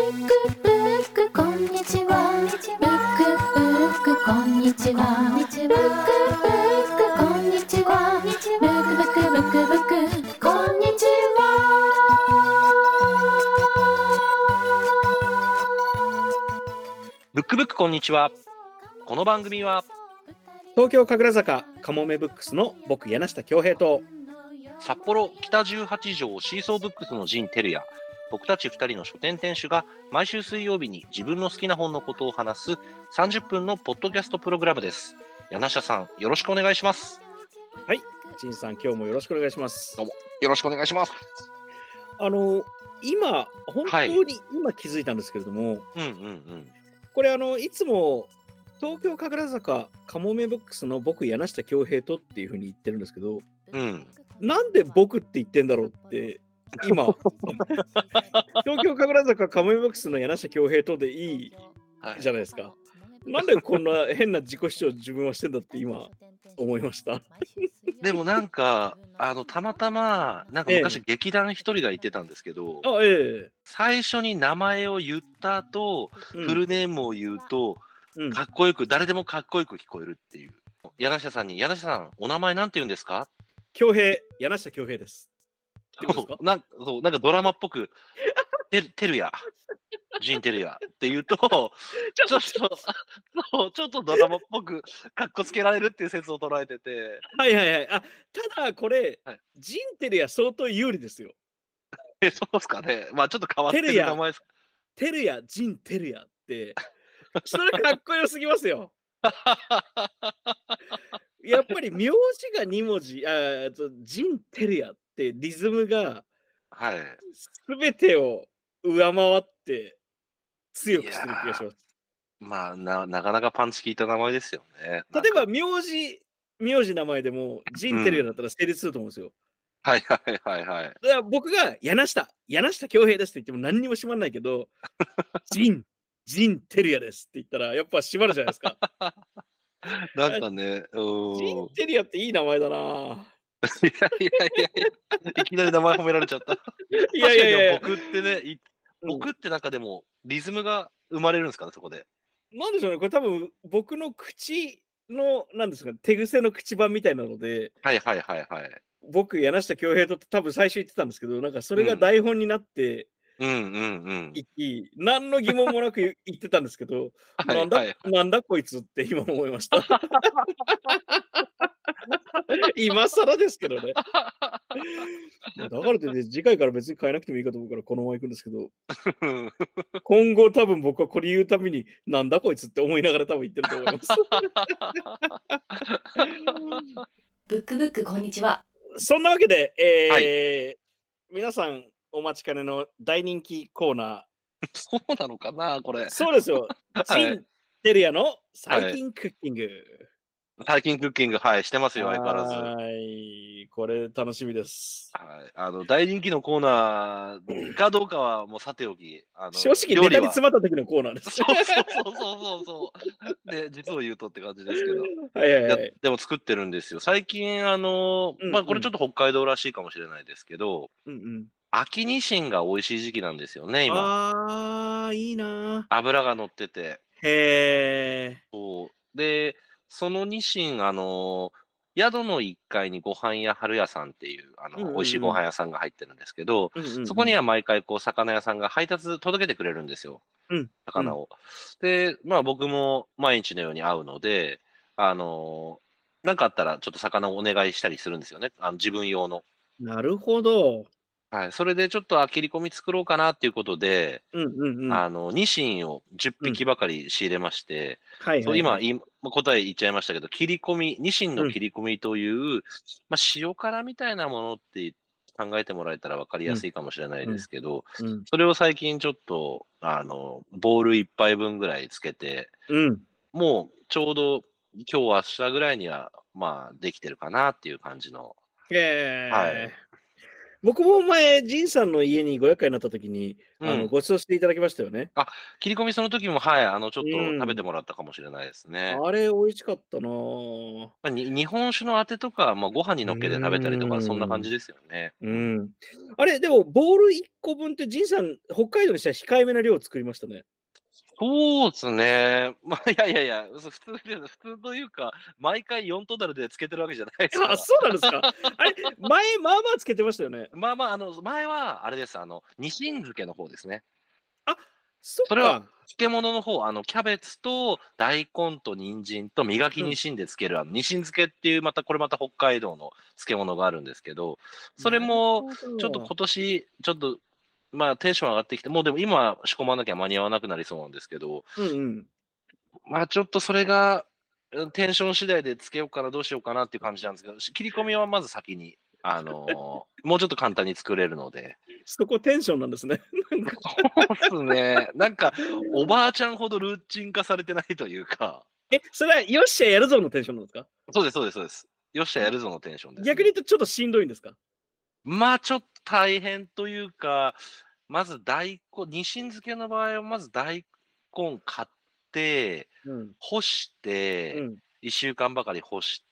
クブックこんにちは。ブックブックこんにちは。ブックブックこんにちは。ブックブックブックブックこんにちは。 ブックブックこんにちは。この番組は東京神楽坂かもめブックスの僕柳下恭平と札幌北18条シーソーブックスの陣照也、僕たち2人の書店店主が毎週水曜日に自分の好きな本のことを話す30分のポッドキャストプログラムです。柳下さん、よろしくお願いします。 はい、陳さん今日もよろしくお願いします。 どうもよろしくお願いします。 今本当に今気づいたんですけれども、これいつも東京神楽坂かもめブックスの僕柳下恭平とっていう風に言ってるんですけど、なんで僕って言ってんだろうって今東京神楽坂かもめブックスの柳下恭平とでいいじゃないですか、なんでこんな変な自己主張自分はしてんだって今思いましたでもなんかたまたまなんか昔劇団一人が言ってたんですけど、最初に名前を言った後、フルネームを言うとかっこよく、誰でもかっこよく聞こえるっていう。柳下さんに、柳下さん、お名前なんて言うんですか？ 恭平、柳下恭平です。 なんかドラマっぽく、てるや、陣てるやって言うと、ちょっとドラマっぽくかっこつけられるっていう説を捉えてて。 ただこれ、陣てるや相当有利ですよ。 そうですかね。まあちょっと変わってる名前です。 てるや、陣てるやって。それかっこよすぎますよ。やっぱり名字が2文字、陣てるやってリズムが全てを上回って強くしてる気がします。 まあなかなかパンチ効いた名前ですよね。 例えば名字名前でも陣てるやだったら成立すると思うんですよ。だから僕が柳下恭平ですって言っても何にも閉まんないけど、陣てるやですって言ったらやっぱ閉まるじゃないですか。 なんかね、 陣てるやっていい名前だな。 いきなり名前褒められちゃった。 いや僕ってね、僕ってなんかでもリズムが生まれるんですかね、そこで。 なんでしょうね、これ多分僕の口のなんですか、手癖の口版みたいなので、僕柳下恭平と多分最初言ってたんですけど、なんかそれが台本になって、何の疑問もなく言ってたんですけど、なんだこいつって今思いました。今更ですけどね。だからといって次回から別に変えなくてもいいかと思うからこのまま行くんですけど、今後多分僕はこれ言うたびになんだこいつって思いながら多分言ってると思います。 ブックブックこんにちは。 そんなわけで、皆さんお待ちかねの大人気コーナー。 そうなのかなこれ。 そうですよ。陣てるやの最近クッキング。 最近クッキング、してますよ、相変わらず。 これ楽しみです。 大人気のコーナーかどうかはもうさておき、 正直ネタに詰まった時のコーナーです。 そう。で、実を言うとって感じですけど。でも作ってるんですよ。最近、これちょっと北海道らしいかもしれないですけど、秋ニシンが美味しい時期なんですよね、今。 いいな。 脂が乗ってて。そう。で、そのニシン、宿の1階にご飯屋春屋さんっていう、美味しいご飯屋さんが入ってるんですけど、そこには毎回、魚屋さんが届けてくれるんですよ。魚を。で、僕も毎日のように会うので、なんかあったら、ちょっと魚をお願いしたりするんですよね。自分用の。 なるほど。 それでちょっと切り込み作ろうかなっていうことで、ニシンを10匹ばかり仕入れまして、今、答え言っちゃいましたけど、ニシンの切り込みという、塩辛みたいなものって考えてもらえたら分かりやすいかもしれないですけど、それを最近ちょっと、ボール1杯分ぐらいつけて、もうちょうど今日明日ぐらいには、できてるかなっていう感じの。 僕も前、仁さんの家にご厄介になった時に、ご馳走していただきましたよね。 切り込みその時も、はい、ちょっと食べてもらったかもしれないですね。 あれ、美味しかったなぁ。 日本酒のあてとか、ご飯に乗っけて食べたりとか、そんな感じですよね。 あれ、でも、ボール1個分って、仁さん、北海道にしては控えめな量を作りましたね。 そうですね。いや、普通というか、毎回4トダルでつけてるわけじゃないですから。 そうなんですか。あれ、前、まあまあつけてましたよね。 前は、あれです、ニシン漬けの方ですね。 そっそれはか。 漬物の方、キャベツと大根と人参と磨きニシンで漬ける、ニシン漬けっていう、これまた北海道の漬物があるんですけど、それも、ちょっと今年、ちょっと、テンション上がってきて、もうでも今仕込まなきゃ間に合わなくなりそうなんですけど、ちょっとそれが、テンション次第でつけようかな、どうしようかなっていう感じなんですけど、切り込みはまず先に、もうちょっと簡単に作れるので。 そこテンションなんですね。 そうですね。なんか、おばあちゃんほどルーチン化されてないというか。 それはよっしゃやるぞのテンションなんですか？ そうです。よっしゃやるぞのテンションです、 逆に言うとちょっとしんどいんですか？ ちょっと大変というか、まずニシン漬けの場合はまず大根買って、干して、1週間ばかり干して、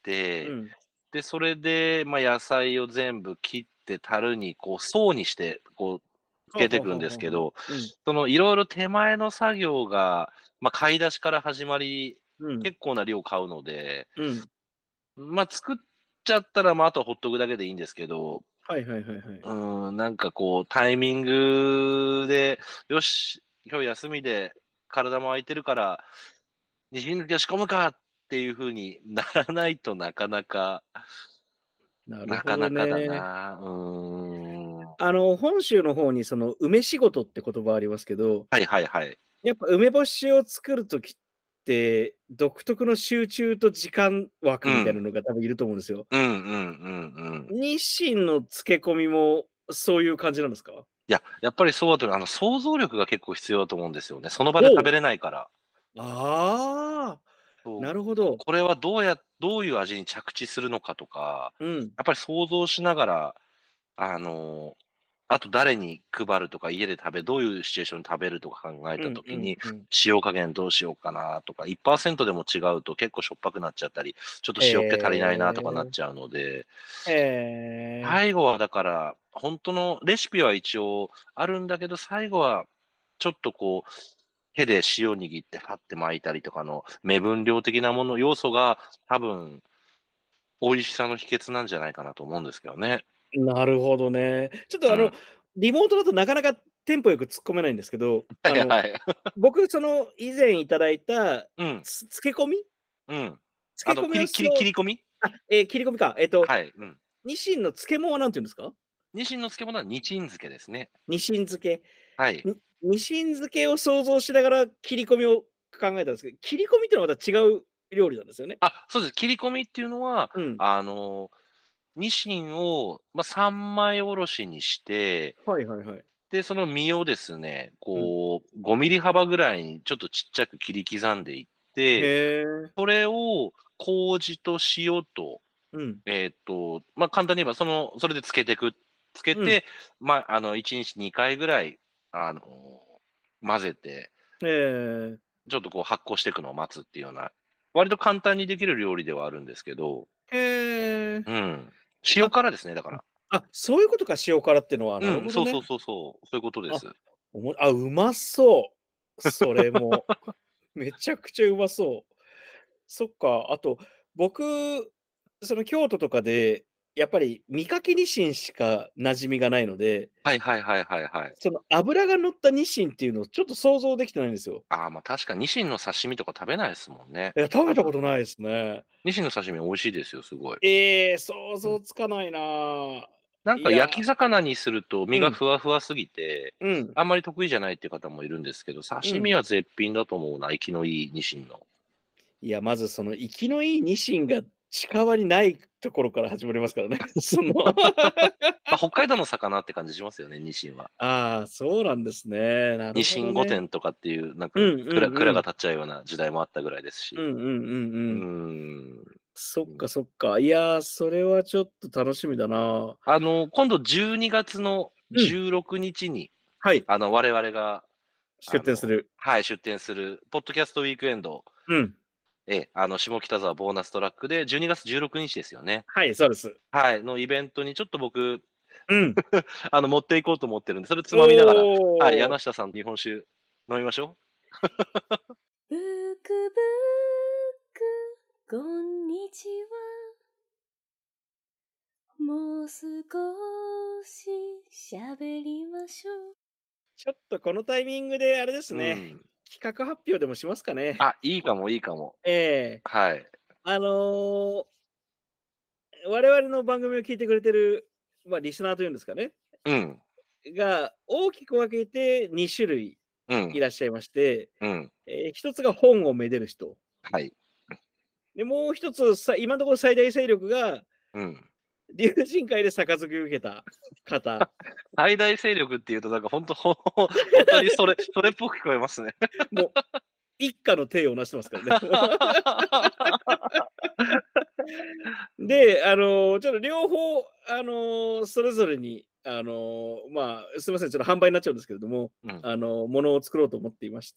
で、それで、野菜を全部切って樽に層にして、つけていくんですけど、そのいろいろ手前の作業が、買い出しから始まり、結構な量買うので、作っちゃったら、あとはほっとくだけでいいんですけど、なんかタイミングで、よし、今日休みで体も空いてるから、ニシン漬け仕込むかっていう風にならないとなかなか、なかなかだな。 本州の方にその梅仕事って言葉ありますけど、やっぱ梅干しを作るときって、独特の集中と時間枠みたいなのが多分いると思うんですよ。日清の漬け込みもそういう感じなんですか？ いや、やっぱりそうだと、想像力が結構必要だと思うんですよね。その場で食べれないから。 なるほど。 これはどういう味に着地するのかとか、やっぱり想像しながら、あと誰に配るとか、家でどういうシチュエーションで食べるとか考えたときに、塩加減どうしようかなとか、1% でも違うと結構しょっぱくなっちゃったり、ちょっと塩気足りないなとかなっちゃうので、最後はだから、本当のレシピは一応あるんだけど、最後はちょっと手で塩握ってパッて巻いたりとかの目分量的な要素が多分、美味しさの秘訣なんじゃないかなと思うんですけどね。 なるほどね。ちょっとリモートだとなかなかテンポよく突っ込めないんですけど、僕、以前いただいた、漬け込み切り込み切り込みか。ニシンの漬物は何て言うんですか？ ニシンの漬物はニシン漬けですね。 ニシン漬け。ニシン漬けを想像しながら切り込みを考えたんですけど、切り込みっていうのはまた違う料理なんですよね。 そうです。切り込みっていうのは、ニシンを、3枚おろしにして、で、その身をですね、5ミリ幅ぐらいにちょっとちっちゃく切り刻んでいって、それを麹と塩と、簡単に言えば、それで漬けて、1日2回ぐらい、混ぜて、ちょっと発酵していくのを待つっていうような、割と簡単にできる料理ではあるんですけど、塩辛ですね、だから。 そういうことか、塩辛ってのは。なるほどね。 そういうことです。 うまそう。それも。めちゃくちゃうまそう。そっか、あと、僕、京都とかで、やっぱり見かけニシンしか馴染みがないので、その脂が乗ったニシンっていうのをちょっと想像できてないんですよ。 確かにニシンの刺身とか食べないですもんね。 食べたことないですね。 ニシンの刺身美味しいですよ、すごい。 想像つかないな。 なんか焼き魚にすると身がふわふわすぎて、あんまり得意じゃないっていう方もいるんですけど、刺身は絶品だと思うな、生きのいいニシンの。 いや、まずその生きのいいニシンが近場にないところから始まりますからね。 北海道の魚って感じしますよね、ニシンは。 そうなんですね。なるほどね。 ニシン御殿とかっていう、なんか蔵が立っちゃうような時代もあったぐらいですし。 そっかそっか。いやー、それはちょっと楽しみだな。 今度12月の16日に、 はい。 我々が出展する。 はい、出展する、ポッドキャストウィークエンド。 うん。 下北沢ボーナストラックで、12月16日ですよね。 はい、そうです。 はい、のイベントにちょっと僕、 うん。 持っていこうと思ってるんで、それつまみながら、はい、柳下さん日本酒飲みましょう。 ブクブク、こんにちは。もう少し喋りましょう。 ちょっとこのタイミングであれですね、企画発表でもしますかね。 あ、いいかも、いいかも。はい。 我々の番組を聞いてくれてる、まあ、リスナーというんですかね。が大きく分けて2種類いらっしゃいまして、一つが本をめでる人。 はい。 で、もう一つ、今のところ最大勢力が、竜神会で杯を受けた方。 最大勢力っていうと、なんか本当にそれっぽく聞こえますね。 もう、一家の体をなしてますからね。で、ちょっと両方、それぞれに、まあ、すみません、ちょっと販売になっちゃうんですけれども、ものを作ろうと思っていまして、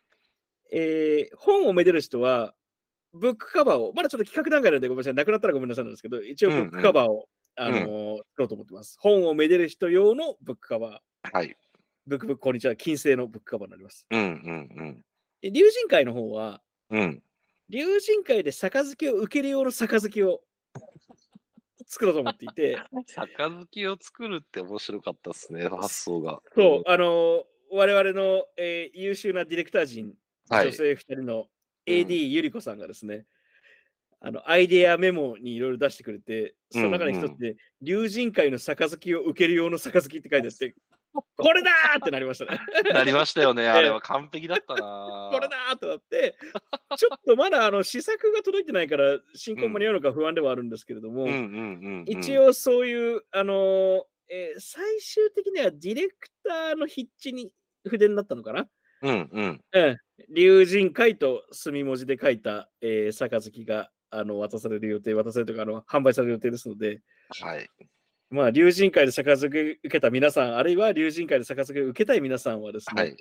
本をめでる人は、ブックカバーを、まだちょっと企画段階なのでごめんなさい、なくなったらごめんなさいなんですけど、一応ブックカバーを、作ろうと思ってます。本をめでる人用のブックカバー。はい。 ブックこんにちは、金製のブックカバーになります。竜神会の方は、竜神会で杯を受ける用の杯を作ろうと思っていて。 杯を作るって面白かったですね、発想が。 そう、我々の、優秀なディレクター陣、女性2人の AD ゆり子さんがですね、アイデアメモにいろいろ出してくれて、その中に一つで、竜神会の杯を受ける用の杯って書いてあって、これだーってなりましたね。 なりましたよね、あれは完璧だったな。 これだーってなって、ちょっとまだ試作が届いてないから、進行間に合うのか不安ではあるんですけれども、一応そういう、最終的にはディレクターの筆致に筆になったのかな。竜神会と墨文字で書いた、杯が渡されるというか販売される予定ですので、 はい。 まあ、竜神会で杯を受けた皆さん、あるいは竜神会で杯を受けたい皆さんはですね、はい、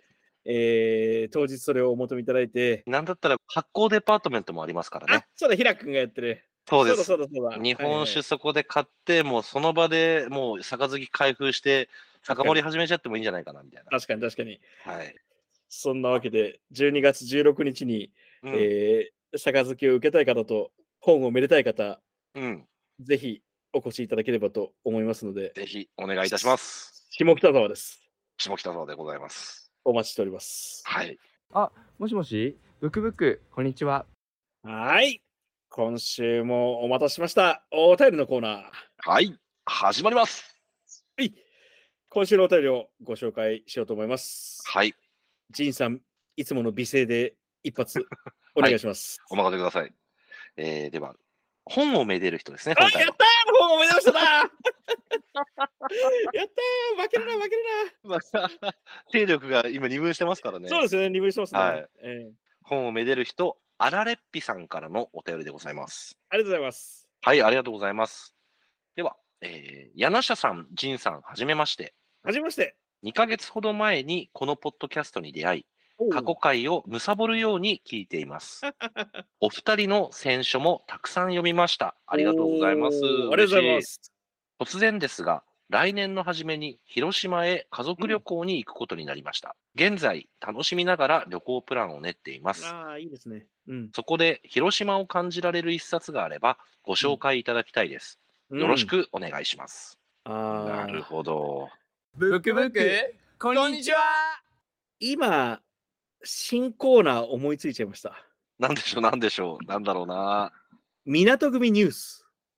当日それをお求めいただいて。 なんだったら発行デパートメントもありますからね。 そうだ、平君がやってる。 そうです。日本酒そこで買って、もうその場でもう杯開封して、酒盛り始めちゃってもいいんじゃないかなみたいな。 確かに確かに。 はい。 そんなわけで、12月16日に、杯を受けたい方と本をめでたい方、ぜひお越しいただければと思いますので。 ぜひお願いいたします。 下北沢です。 下北沢でございます。 お待ちしております。 はい。 あ、もしもし、ブクブク、こんにちは。 はい。今週もお待たせしました。お便りのコーナー。 はい。始まります。 はい。今週のお便りをご紹介しようと思います。 はい。 ジンさん、いつもの美声で一発お願いします。 はい、お任せください。では、本をめでる人ですね。 あ、やったー、本をめでましたなやったー、負けるな、負けるな。勢力が今二分してますからね。 そうですね、二分してますね。はい。 本をめでる人、あられっぴさんからのお便りでございます。 ありがとうございます。 はい、ありがとうございます。では、柳下さん、ジンさん、はじめまして。 はじめまして。 2ヶ月ほど前にこのポッドキャストに出会い、過去回を貪るように聞いています。お二人の選書もたくさん読みました。ありがとうございます。 ありがとうございます。 突然ですが、来年の初めに広島へ家族旅行に行くことになりました。現在、楽しみながら旅行プランを練っています。 ああ、いいですね。 そこで広島を感じられる一冊があればご紹介いただきたいです。よろしくお願いします。なるほど。 ブックブック、こんにちは。 今、新コーナー思いついちゃいました。 なんでしょう、なんでしょう、なんだろうな。 港組ニュース。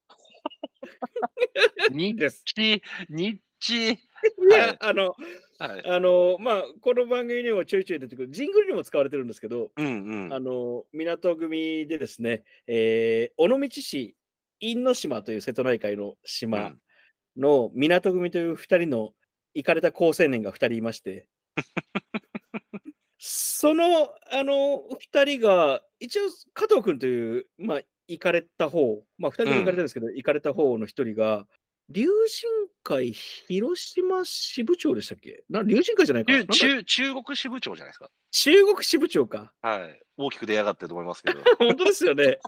ニッチ。 まあ、この番組にもちょいちょい出てくる、ジングルにも使われてるんですけど、港組でですね、尾道市因島という瀬戸内海の島の港組という2人のイカれた好青年が2人いまして、その2人が、一応加藤君という、まあ、 行かれた方、まあ、2人とも行かれてるんですけど、行かれた方の1人が、龍神会広島支部長でしたっけ？龍神会じゃないか。 中国支部長じゃないですか。 中国支部長か。 はい。大きく出やがってると思いますけど。 本当ですよね。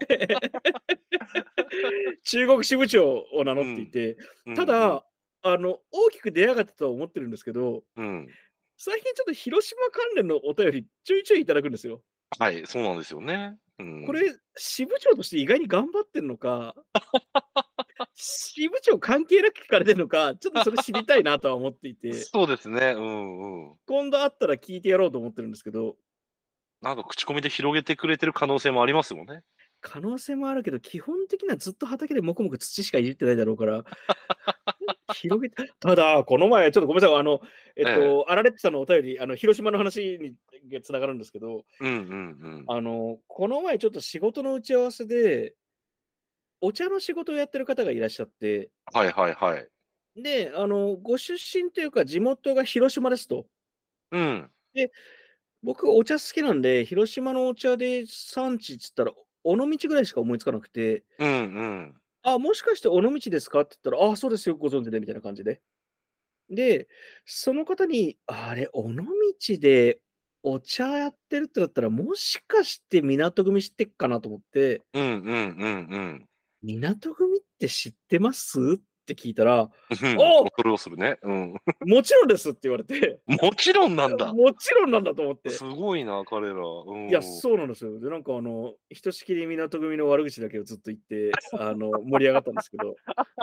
中国支部長を名乗っていて、ただ、大きく出やがってとは思ってるんですけど、最近ちょっと広島関連のお便りちょいちょいいただくんですよ。 はい、そうなんですよね。 これ、支部長として意外に頑張ってるのか、支部長関係なく聞かれてるのか、ちょっとそれ知りたいなとは思っていて。 そうですね。 今度会ったら聞いてやろうと思ってるんですけど。 なんか口コミで広げてくれてる可能性もありますもんね。 可能性もあるけど、基本的にはずっと畑でもくもく土しかいじってないだろうから、広げて、ただ、この前、ちょっとごめんなさい、アラレッチさんのお便り、広島の話につながるんですけど、この前、ちょっと仕事の打ち合わせで、お茶の仕事をやってる方がいらっしゃって、 はいはいはい。 で、ご出身というか、地元が広島ですと。で、僕、お茶好きなんで、広島のお茶で産地っつったら、尾道ぐらいしか思いつかなくて、あ、もしかして尾道ですかって言ったら、あ、そうです、よくご存知で、みたいな感じで。で、その方に、あれ、尾道でお茶やってるってなったら、もしかして港組知ってっかなと思って、港組って知ってます？って聞いたら、 恐る恐るね。 もちろんですって言われて。 もちろんなんだ。 もちろんなんだと思って。 すごいな、彼ら。 いや、そうなんですよ。で、なんかひとしきり港組の悪口だけをずっと言って、盛り上がったんですけど。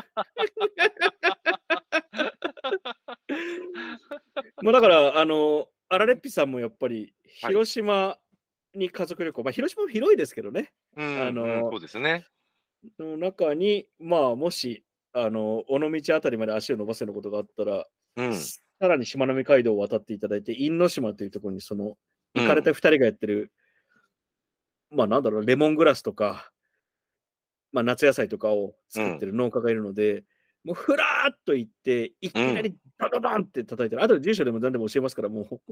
まあだから、アラレッピさんもやっぱり、広島に家族旅行、まあ広島も広いですけどね。 そうですね。 の中に、まあもし、尾道あたりまで足を伸ばせることがあったら、さらにしまなみ海道を渡っていただいて、因島というところに、行かれた2人がやってる、まあなんだろう、レモングラスとか、まあ夏野菜とかを作ってる農家がいるので、もうふらーっと行って、いきなりバドバンって叩いてる。あとで住所でも何でも教えますから、もう、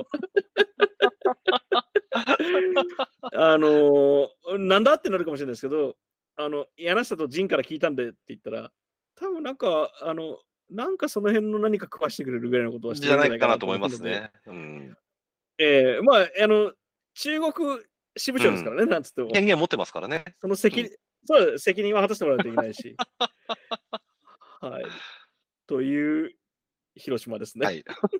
なんだってなるかもしれないですけど、柳下と陣から聞いたんでって言ったら、多分なんか、その辺の何か食わしてくれるぐらいのことはしてるんじゃないかなと思いますね。まあ、中国支部長ですからね、なんつっても。 権限持ってますからね。 その責任は果たしてもらわないといけないし。はい。という広島ですね。 はい。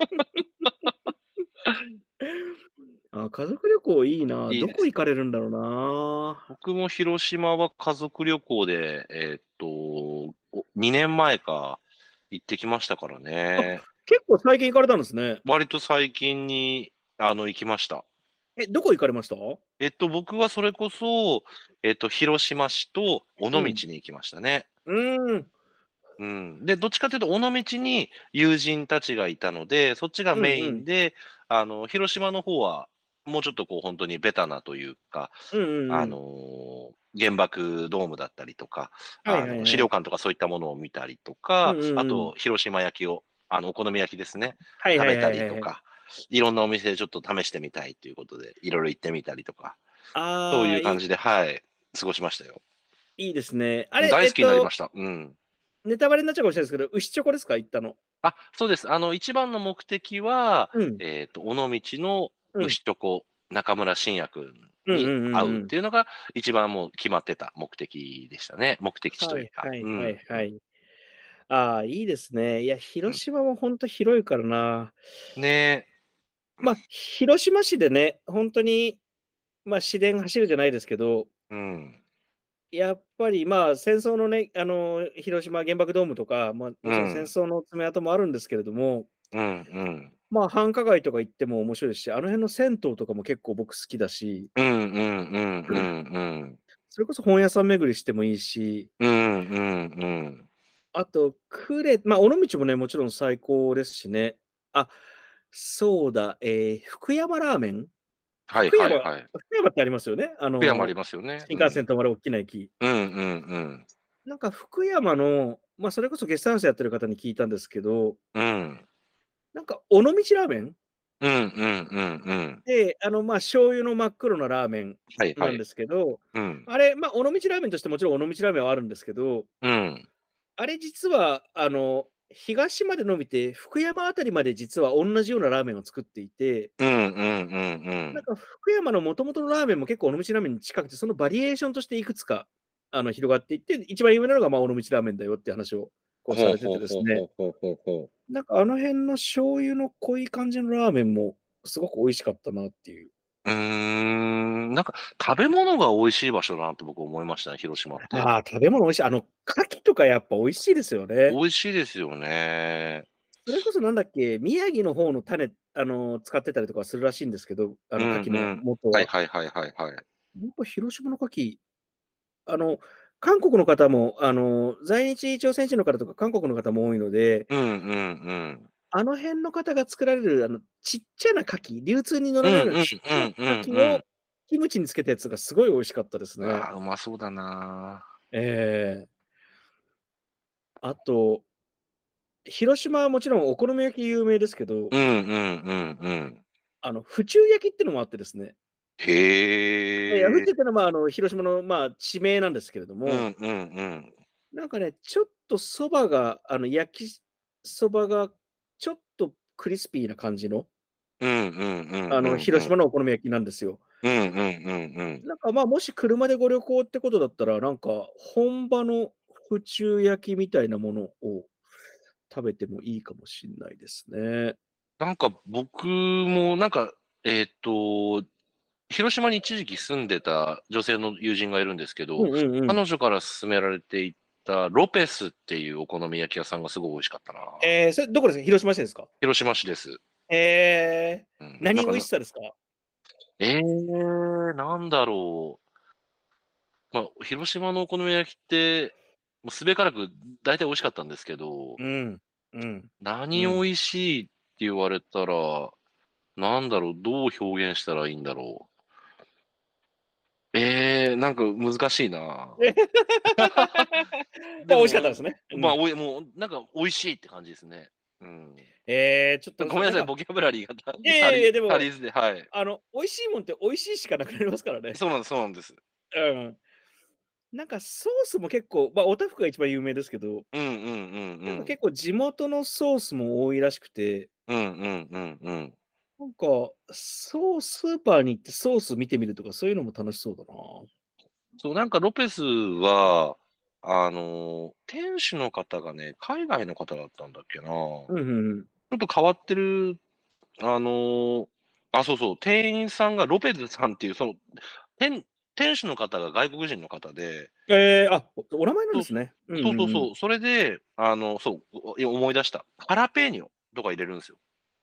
家族旅行いいな。どこ行かれるんだろうな。 僕も広島は家族旅行で、2年前か行ってきましたからね。 結構最近行かれたんですね。 割と最近に行きました。 どこ行かれました？ 僕はそれこそ、広島市と尾道に行きましたね。で、どっちかというと、尾道に友人たちがいたので、そっちがメインで、広島の方は、もうちょっとこう、本当にベタなというか、原爆ドームだったりとか、資料館とかそういったものを見たりとか、あと、広島焼きを、お好み焼きですね、食べたりとか、いろんなお店でちょっと試してみたいということで、いろいろ行ってみたりとか、そういう感じで、はい、過ごしましたよ。 いいですね。あれ、 大好きになりました。 ネタバレになっちゃうかもしれないですけど、牛チョコですか、行ったの？ そうです。一番の目的は、尾道の牛チョコ、中村真也君に会うっていうのが、一番もう決まってた目的でしたね。目的地というか。 いいですね。いや、広島は本当広いからな。 ね。 まあ、広島市でね、本当に、まあ、市電走るじゃないですけど、やっぱりまあ戦争のね、広島原爆ドームとか、まあ、もちろん戦争の爪痕もあるんですけれども、まあ繁華街とか行っても面白いし、あの辺の銭湯とかも結構僕好きだし、それこそ本屋さん巡りしてもいいし、あと、まあ、尾道もね、もちろん最高ですしね。そうだ、福山ラーメン？福山ってありますよね。 福山ありますよね。 新幹線止まる大きな駅。なんか福山の、まあ、それこそゲストハウスやってる方に聞いたんですけど、なんか尾道ラーメンうんうんうんうん。 で、醤油の真っ黒なラーメンはいはい。 なんですけど、 うん。 あれ、尾道ラーメンとしてもちろん尾道ラーメンはあるんですけど、 うん。 あれ実は、東まで伸びて、福山あたりまで実は同じようなラーメンを作っていて、 うんうんうんうん。 福山のもともとのラーメンも結構尾道ラーメンに近くて、そのバリエーションとしていくつか、広がっていって、一番有名なのが、尾道ラーメンだよって話をこうされてほうほうてですね。 ほうほうほうほうほう。 あの辺の醤油の濃い感じのラーメンもすごく美味しかったなっていう。 食べ物が美味しい場所だなと僕思いましたね、広島って。 ああ、食べ物美味しい。牡蠣とかやっぱ美味しいですよね。 美味しいですよね。 それこそなんだっけ、宮城の方の種、使ってたりとかするらしいんですけど、 うん牡蠣のうん。 元は。 はいはいはいはいはい。 やっぱ広島の牡蠣、あの、韓国の方も、在日朝鮮人の方とか韓国の方も多いので、 うんうんうん。 あの辺の方が作られる、ちっちゃな牡蠣、流通に乗らないようなうんうんちっちゃなうんうん牡蠣をうん。 キムチにつけたやつがすごい美味しかったですね。 ああ、うまそうだな。 ええ。あと、広島はもちろんお好み焼き有名ですけど、 うんうんうんうん。 府中焼きってのもあってですね。府へえ。 中ってのは、広島の、地名なんですけれども、 うんうんうん。 ちょっとそばが、焼きそばがちょっとクリスピーな感じの、 うんうんうんうんうん。 広島のお好み焼きなんですよ。 うんうんうんうん。 もし車でご旅行ってことだったら、本場の府中焼きみたいなものを食べてもいいかもしんないですね。 僕もえっと、広島に一時期住んでた女性の友人がいるんですけど、 うんうんうん。 彼女から勧められていたロペスっていうお好み焼き屋さんがすごい美味しかったな。 それどこですか？広島市ですか？ 広島市です。うん、 何美味しさですか？ なんだろう。広島のお好み焼きって、もうすべからく大体美味しかったんですけど、 うん。うん。うん。 何美味しいって言われたら、どう表現したらいいんだろう。難しいな。で美味しかったでも、 すね。うん。 もう、美味しいって感じですね。うん。 ちょっと、 ごめんなさい、ボキャブラリーがでも、 足りずで、はい。 美味しいもんって美味しいしかなくなりますからね。 そうなんです、そうなんです。 うん。ソースも結構、おたふくが一番有名ですけど、 うんうんうんうん。 結構地元のソースも多いらしくて、 うんうんうんうん。 スーパーに行ってソース見てみるとか、そういうのも楽しそうだな。 そう、ロペスは、店主の方がね、海外の方だったんだっけな。ちょうんうんうん。 っと変わってる、あのそうそう、店員さんがロペズさんっていう、店、店主の方が外国人の方で、 お名前なんそうですね。うんうんうん。 そうそうそう、それで、思い出した。ハラペーニョとか入れるんですよ。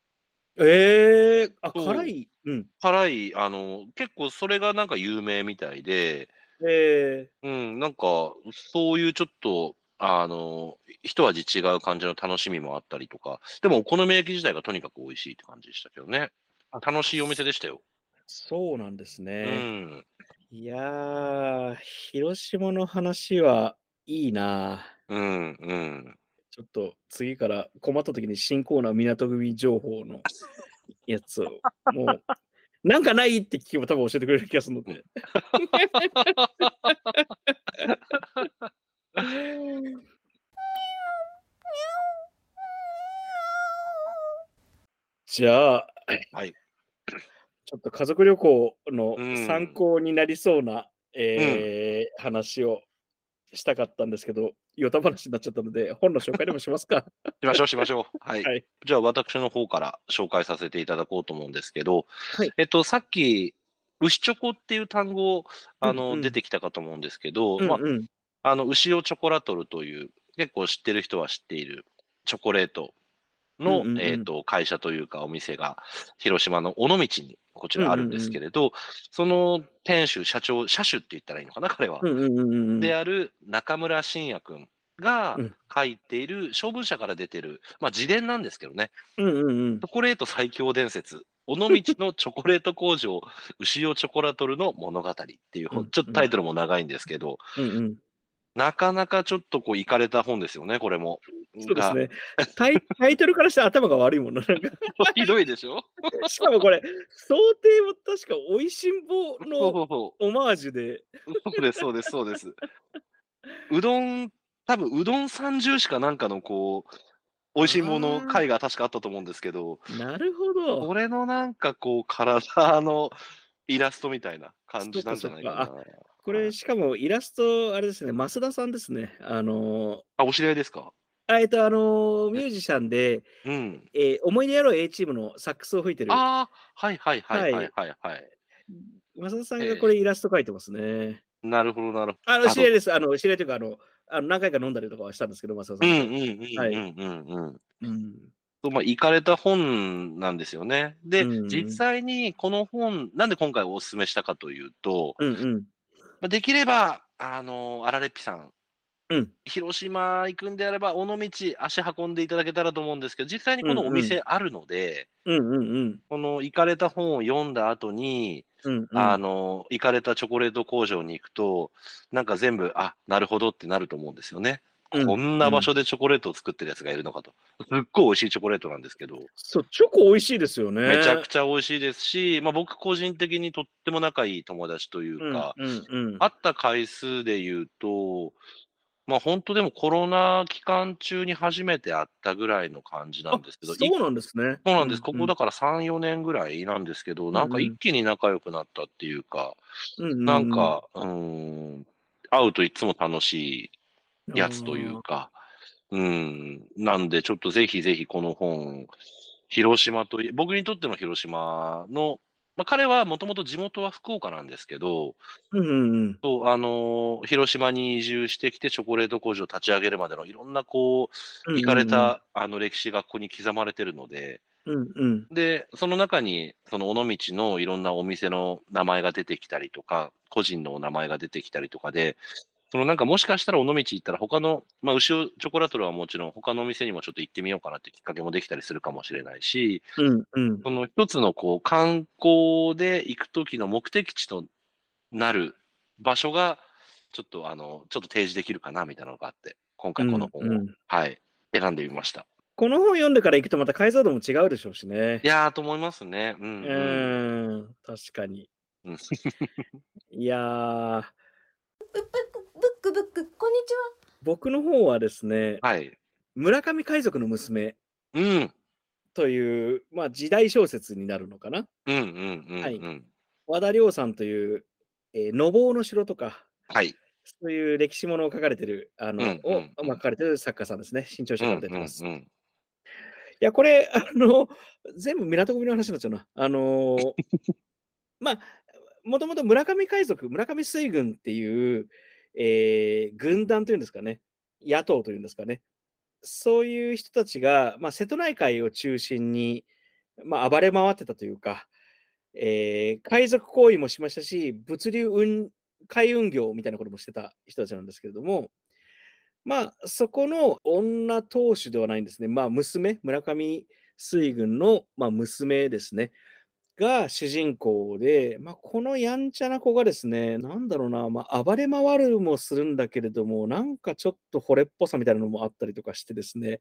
そう、 辛い。うん。 辛い、結構それが有名みたいで、 ええ。 うん、そういうちょっと、一味違う感じの楽しみもあったりとか、でもお好み焼き自体がとにかく美味しいって感じでしたけどね。 あ、 楽しいお店でしたよ。 そうなんですうね。 ん、 いやー、広島の話はいいな。 うん、うん。 ちょっと次から困った時に新コーナー港組情報のやつを、もう、なんかないって聞けば多分教えてくれる気がするので。じゃあ、 はい。 ちょっと家族旅行のう参ん、 考になりそうな、 うん。 話をしたかったんですけど、ヨタ話になっちゃったので、本の紹介でもしますか。 しましょう、しましょう。はい。 はい。 じゃあ、私の方から紹介させていただこうと思うんですけど、 はい。 さっき、牛チョコっていう単語、出うんうん。 てきたかと思うんですけど、 うんうん。 牛尾チョコラトルという、結構知ってる人は知っているチョコレートうんうの、 んうん。 会社というかお店が、広島の尾道にこちうんらあるんでうんうん。 すけれど、その店主、社長、社主って言ったらいいのかな、彼は。 うんうんうんうんうん。 である中村真也君がうん。 書いている、小文社から出てる、自伝なんですけどね、 うんうんうん。 チョコレート最強伝説、尾道のチョコレート工場、牛尾チョコラトルの物語っていう、 うんちょっとうん。 タイトルも長いんですけど、 うんうん。 なかなかちょっとこう、いかれた本ですよね、これも。 そうですね。タイトルからして頭が悪いもんな。なんかひどいでしょしかもこれ、想定も確か美味しんぼのオマージュで。 そうです、そうです、そうです。うどん、多分うどん30しかなんかのこう、美味しいもの回が確かあったと思うんですけど、 なるほど。 これのなんかこう、体のイラストみたいな感じなんじゃないかな。 これ、しかもイラスト、あれですね、増田さんですね。 お知り合いですか？ ミュージシャンで、思い出やろう A チームのサックスを吹いてる。 はいはいはいはいはい。 増田さんがこれイラスト描いてますね。 なるほど、なるほど。 知り合いです。知り合いというか、何回か飲んだりとかはしたんですけど、増田さん。 行かれた本なんですよね。で、実際にこの本、なんで今回お勧めしたかというと、できれば、あられっぴさん、広島行くんであれば、尾道足運んでいただけたらと思うんですけど、実際にこのお店あるので、この行かれた本を読んだ後に、行かれたチョコレート工場に行くと、なんか全部、なるほどってなると思うんですよね。こんな場所でチョコレートを作ってるやつがいるのかと。すっごい美味しいチョコレートなんですけど。 そう、チョコ美味しいですよね。 めちゃくちゃ美味しいですし、僕個人的にとっても仲いい友達というか、会った回数で言うと、本当でもコロナ期間中に初めて会ったぐらいの感じなんですけど。 そうなんですね。 そうなんです。ここだから3、4年ぐらいなんですけど、なんか一気に仲良くなったっていうか、なんか、会うといつも楽しいやつというか、なんでちょっとぜひぜひこの本、広島と、僕にとっての広島の、彼はもともと地元は福岡なんですけど、広島に移住してきてチョコレート工場を立ち上げるまでのいろんなこう、行かれた歴史がここに刻まれてるので、で、その中に、その尾道のいろんなお店の名前が出てきたりとか、個人のお名前が出てきたりとかで、なんかもしかしたら尾道行ったら他の、牛尾チョコラトルはもちろん他のお店にもちょっと行ってみようかなってきっかけもできたりするかもしれないし、その一つのこう観光で行くときの目的地となる場所が、ちょっと提示できるかなみたいなのがあって、今回この本を、選んでみました。 この本読んでから行くとまた解像度も違うでしょうしね。 いやーと思いますね。 確かに。いやー。 ブック、こんにちは。 僕の方はですね、村上海賊の娘という、時代小説になるのかな。和田亮さんという、のぼうの城とか、そういう歴史ものを書かれてる、書かれてる作家さんですね。新潮社から出てます。いや、これ、全部港組の話になっちゃうな。もともと村上海賊、村上水軍っていう、軍団というんですかね、野党というんですかね、そういう人たちが、瀬戸内海を中心に、暴れ回ってたというか、海賊行為もしましたし、海運業みたいなこともしてた人たちなんですけれども、そこの女当主ではないんですね。娘、村上水軍の、娘ですね。が主人公で、このやんちゃな子がですね、なんだろうな、暴れ回るもするんだけれども、なんかちょっと惚れっぽさみたいなのもあったりとかしてですね、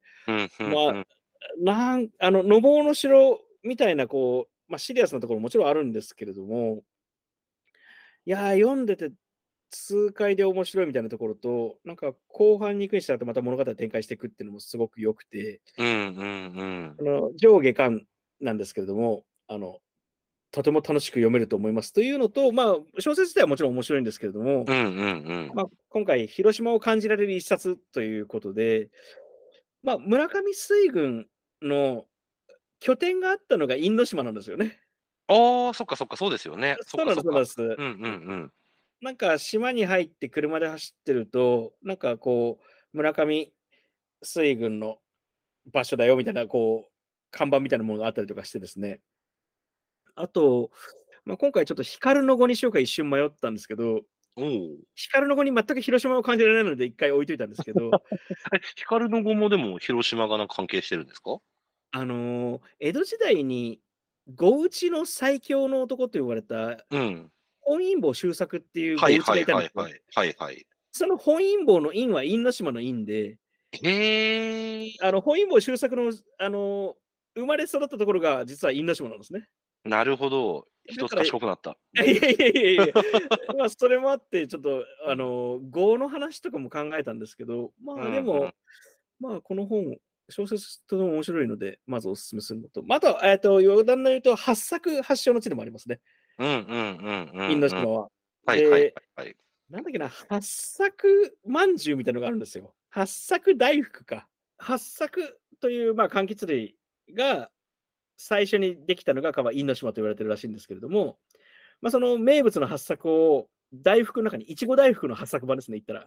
のぼうの城みたいな、こう、シリアスなところももちろんあるんですけれども、いやー、読んでて痛快で面白いみたいなところと、なんか後半に行くにしたらまた物語展開していくっていうのもすごく良くて、上下巻なんですけれども、とても楽しく読めると思いますというのと、小説自体はもちろん面白いんですけれども、今回、広島を感じられる一冊ということで、村上水軍の拠点があったのが因島なんですよね。 そっかそっか、そうですよね。 そうなんです。なんか島に入って車で走ってると、なんかこう、村上水軍の場所だよみたいな、こう、看板みたいなものがあったりとかしてですね。あと、今回ちょっと光の語にしようか一瞬迷ったんですけど、光の語に全く広島を感じられないので一回置いといたんですけど。 光の語もでも広島が関係してるんですか？ 江戸時代に呉打の最強の男と呼ばれた、本因坊周作っていう呉打がいたんですよ。その本因坊の因は因島の因で、 本因坊周作の、生まれ育ったところが実は因島なんですね。 なるほど。一つ賢くなった。 いやいやいやいやまあ、それもあって、ちょっと、語の話とかも考えたんですけど、まあでも、まあこの本、小説とても面白いので、まずおすすめするのと、あと、余談の言うと、八作発祥の地でもありますね。因島は。で、なんだっけな、八作まんじゅうみたいなのがあるんですよ。八作大福か。八作という、まあ、柑橘類が最初にできたのが因島と言われてるらしいんですけれども、まあ、その名物の八作を大福の中に、いちご大福の八作版ですね、言ったら。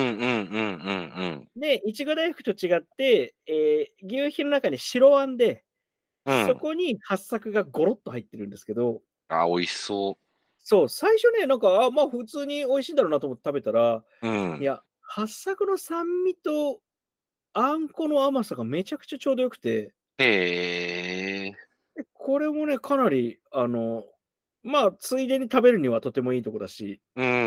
で、いちご大福と違って、牛皮の中に白あんで、そこに八作がゴロッと入ってるんですけど。 あ、美味しそう。 そう、最初ね、なんか、まあ普通に美味しいんだろうなと思って食べたら、いや、八作の酸味とあんこの甘さがめちゃくちゃちょうどよくて。これもね、かなり、まあ、ついでに食べるにはとてもいいとこだし。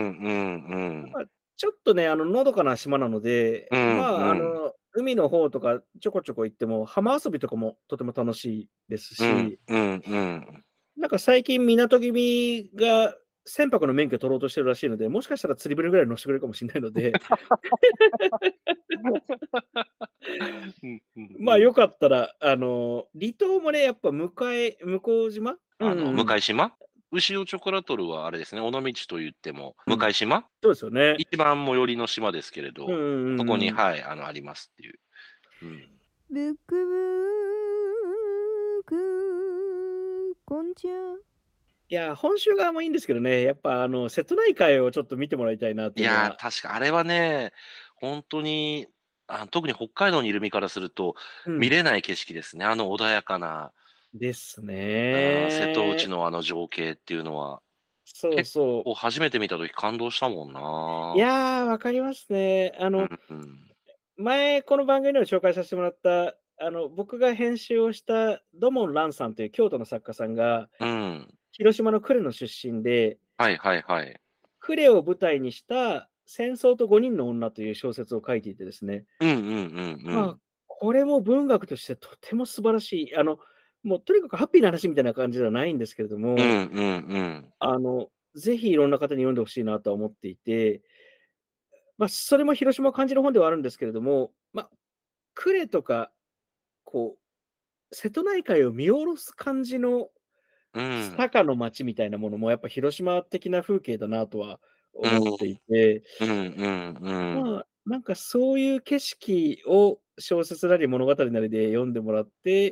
ちょっとね、のどかな島なので、まあ、海の方とかちょこちょこ行っても、浜遊びとかもとても楽しいですし、なんか最近、港君が船舶の免許取ろうとしてるらしいので、もしかしたら釣り船ぐらい乗せてくれるかもしれないので、まあよかったら、離島もね、やっぱ向島向島牛尾チョコラトルはあれですね、尾道と言っても、向島、 そうですよね。 一番最寄りの島ですけれど、そこに、はい、ありますっていう。 ブックブック、こんにちは。 いや、本州側もいいんですけどね、やっぱ瀬戸内海をちょっと見てもらいたいなっていうのは。 いや、確かあれはね、本当に、特に北海道にいる身からすると、見れない景色ですね、穏やかな。 ですね。 瀬戸内の情景っていうのは。 そうそう。 初めて見たとき感動したもんな。 いやー、わかりますね。前、この番組でも紹介させてもらった、僕が編集をした土門蘭さんという京都の作家さんが、広島の呉の出身で、呉を舞台にした戦争と5人の女という小説を書いていてですね。まあ、これも文学としてとても素晴らしい。もうとにかくハッピーな話みたいな感じではないんですけれども、ぜひいろんな方に読んでほしいなとは思っていて、まあ、それも広島を感じる本ではあるんですけれども、まあ、呉とか、こう、瀬戸内海を見下ろす感じの坂の町みたいなものも、やっぱ広島的な風景だなとは思っていて、まあ、なんかそういう景色を小説なり物語なりで読んでもらって、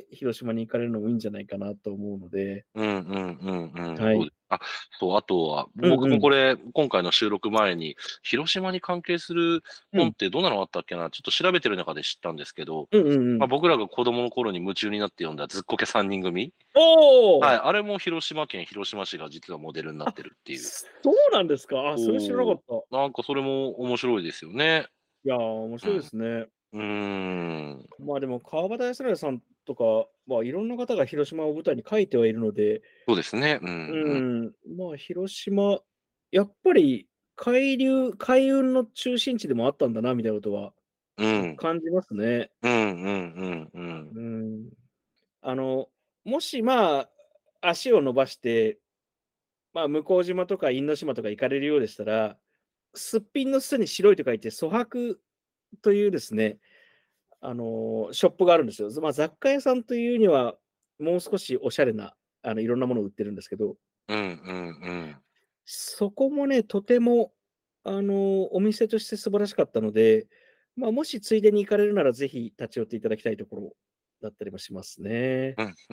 広島に行かれるのもいいんじゃないかなと思うので。 はい。そう、あとは、僕もこれ、今回の収録前に、広島に関係する本ってどんなのあったっけな、ちょっと調べてる中で知ったんですけど、僕らが子供の頃に夢中になって読んだずっこけ3人組。はい、あれも広島県広島市が実はモデルになってるっていう。 そうなんですか。それ知らなかった。 なんかそれも面白いですよね。 いやー、面白いですね。まあでも、川端康成さんとか、まあいろんな方が広島を舞台に書いてはいるので、 そうですね。 まあ広島、やっぱり海運の中心地でもあったんだな、みたいなことは感じますね。もしまあ、足を伸ばして、まあ向島とか因島とか行かれるようでしたら、すっぴんの巣に白いと書いて、粗白というですね、ショップがあるんですよ。まあ、雑貨屋さんというには、もう少しおしゃれな、いろんなものを売ってるんですけど、そこもね、とても、お店として素晴らしかったので、まあ、もしついでに行かれるなら、ぜひ立ち寄っていただきたいところだったりもしますね。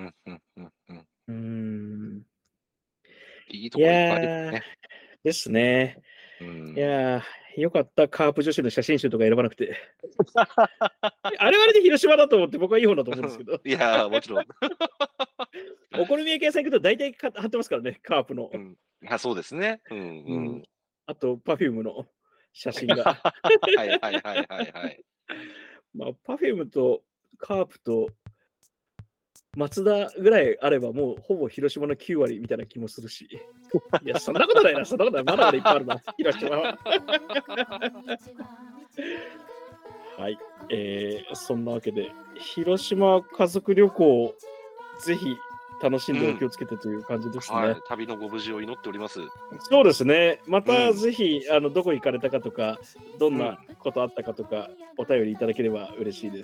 いいところいっぱいあるね。 ですね。いやー、よかった、カープ女子の写真集とか選ばなくて。あれはあれで広島だと思って、僕はいい方だと思うんですけど。 いやー、もちろん。 お好み焼き屋さん行くと大体貼ってますからね、カープの。 そうですね。 あと、パフュームの写真が。 はい。 まあ、パフュームとカープと松田ぐらいあれば、もうほぼ広島の9割みたいな気もするし。いや、そんなことないな、まだまだいっぱいあるな、広島は。 はい、そんなわけで広島家族旅行ぜひ楽しんでお気をつけてという感じですね、はい、 旅のご無事を祈っております。 そうですね。またぜひ、どこ行かれたかとかどんなことあったかとか、お便りいただければ嬉しいです。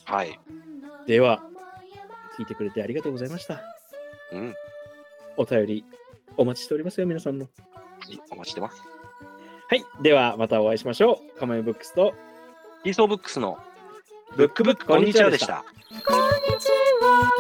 はい。 では聞いてくれてありがとうございました。お便りお待ちしておりますよ、皆さんの。はい、お待ちしてます。 はい、ではまたお会いしましょう。カモメブックスとキーソーブックスのブックブックこんにちはでした。 こんにちは。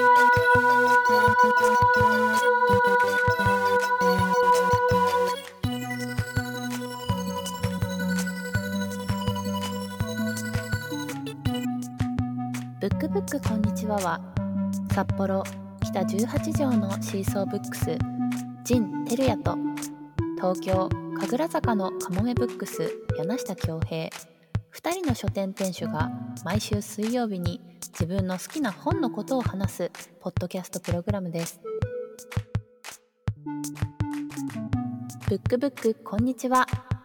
ブックブックこんにちはは札幌北18条のシーソーブックス陣照也と東京神楽坂のカモメブックス柳下恭平2人の書店店主が毎週水曜日に自分の好きな本のことを話すポッドキャストプログラムです。ブックブックこんにちは。